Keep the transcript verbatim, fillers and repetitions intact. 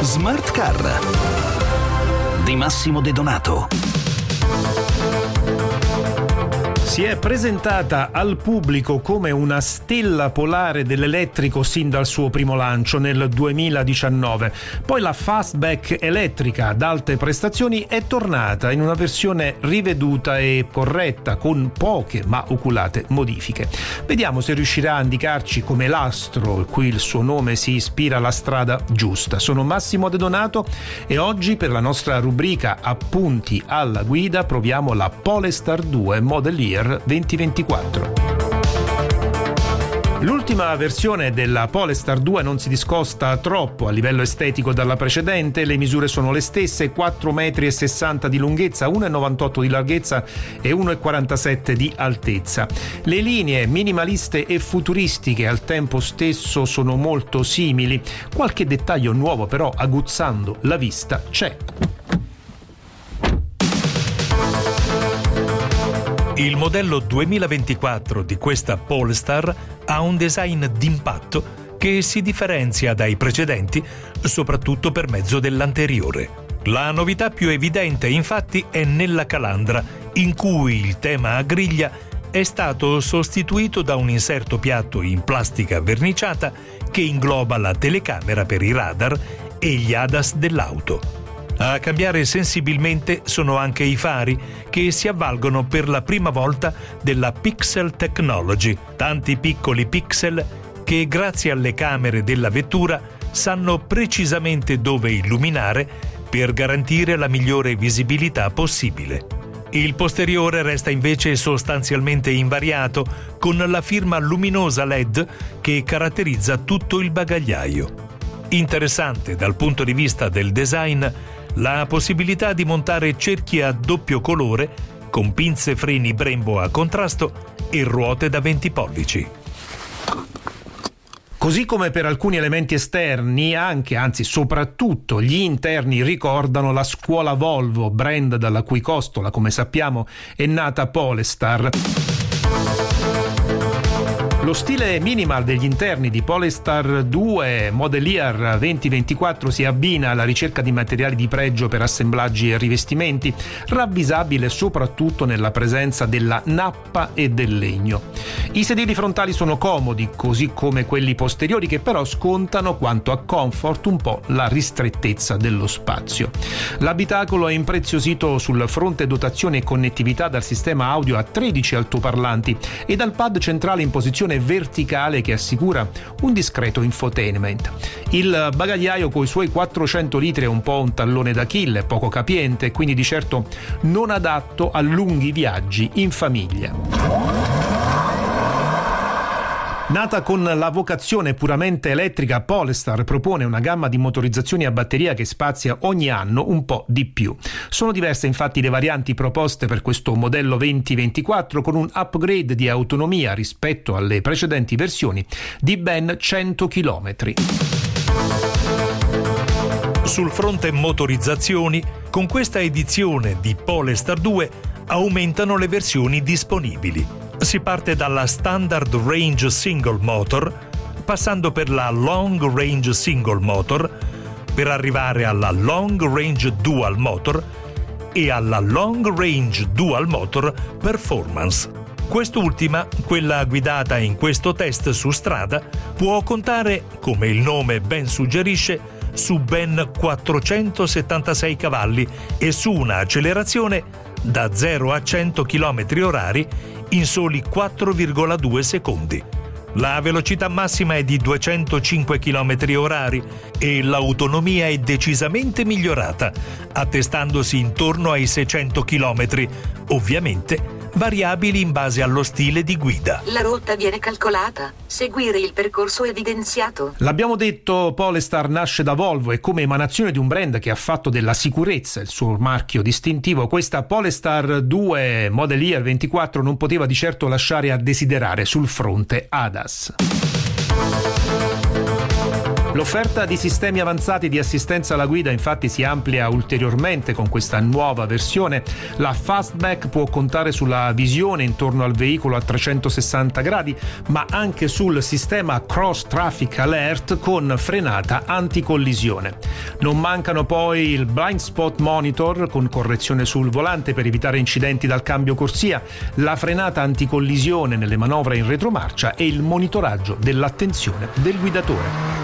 Smart Car di Massimo De Donato. Si è presentata al pubblico come una stella polare dell'elettrico sin dal suo primo lancio nel duemiladiciannove. Poi la Fastback elettrica ad alte prestazioni è tornata in una versione riveduta e corretta, con poche ma oculate modifiche. Vediamo se riuscirà a indicarci come l'astro, cui il suo nome si ispira, alla strada giusta. Sono Massimo De Donato e oggi per la nostra rubrica Appunti alla guida proviamo la Polestar due Model Year duemilaventiquattro. L'ultima versione della Polestar due non si discosta troppo a livello estetico dalla precedente. Le misure sono le stesse: quattro virgola sessanta metri di lunghezza, uno virgola novantotto di larghezza e uno virgola quarantasette di altezza. Le linee minimaliste e futuristiche al tempo stesso sono molto simili. Qualche dettaglio nuovo però, aguzzando la vista, c'è. Il modello duemilaventiquattro di questa Polestar ha un design d'impatto che si differenzia dai precedenti, soprattutto per mezzo dell'anteriore. La novità più evidente, infatti, è nella calandra, in cui il tema a griglia è stato sostituito da un inserto piatto in plastica verniciata che ingloba la telecamera per i radar e gli A D A S dell'auto. A cambiare sensibilmente sono anche i fari, che si avvalgono per la prima volta della Pixel Technology, tanti piccoli pixel che grazie alle camere della vettura sanno precisamente dove illuminare per garantire la migliore visibilità possibile. Il posteriore resta invece sostanzialmente invariato, con la firma luminosa L E D che caratterizza tutto il bagagliaio. Interessante dal punto di vista del design la possibilità di montare cerchi a doppio colore con pinze freni Brembo a contrasto e ruote da venti pollici. Così come per alcuni elementi esterni, anche, anzi soprattutto gli interni ricordano la scuola Volvo, brand dalla cui costola, come sappiamo, è nata Polestar. Lo stile minimal degli interni di Polestar due Model Year duemilaventiquattro si abbina alla ricerca di materiali di pregio per assemblaggi e rivestimenti, ravvisabile soprattutto nella presenza della nappa e del legno. I sedili frontali sono comodi, così come quelli posteriori, che però scontano quanto a comfort un po' la ristrettezza dello spazio. L'abitacolo è impreziosito sul fronte dotazione e connettività dal sistema audio a tredici altoparlanti e dal pad centrale in posizione verticale che assicura un discreto infotainment. Il bagagliaio coi suoi quattrocento litri è un po' un tallone d'Achille, poco capiente, quindi di certo non adatto a lunghi viaggi in famiglia. Nata con la vocazione puramente elettrica, Polestar propone una gamma di motorizzazioni a batteria che spazia ogni anno un po' di più. Sono diverse infatti le varianti proposte per questo modello duemilaventiquattro, con un upgrade di autonomia rispetto alle precedenti versioni di ben cento chilometri. Sul fronte motorizzazioni, con questa edizione di Polestar due aumentano le versioni disponibili. Si parte dalla Standard Range Single Motor, passando per la Long Range Single Motor, per arrivare alla Long Range Dual Motor e alla Long Range Dual Motor Performance. Quest'ultima, quella guidata in questo test su strada, può contare, come il nome ben suggerisce, su ben quattrocentosettantasei cavalli e su una accelerazione da zero a cento chilometri orari in soli quattro virgola due secondi. La velocità massima è di duecentocinque chilometri orari e l'autonomia è decisamente migliorata, attestandosi intorno ai seicento chilometri, ovviamente variabili in base allo stile di guida. La rotta viene calcolata, seguire il percorso evidenziato. L'abbiamo detto, Polestar nasce da Volvo e come emanazione di un brand che ha fatto della sicurezza il suo marchio distintivo, questa Polestar due Model Year ventiquattro non poteva di certo lasciare a desiderare sul fronte A D A S. L'offerta di sistemi avanzati di assistenza alla guida infatti si amplia ulteriormente con questa nuova versione. La Fastback può contare sulla visione intorno al veicolo a trecentosessanta gradi, ma anche sul sistema Cross Traffic Alert con frenata anticollisione. Non mancano poi il Blind Spot Monitor con correzione sul volante per evitare incidenti dal cambio corsia, la frenata anticollisione nelle manovre in retromarcia e il monitoraggio dell'attenzione del guidatore.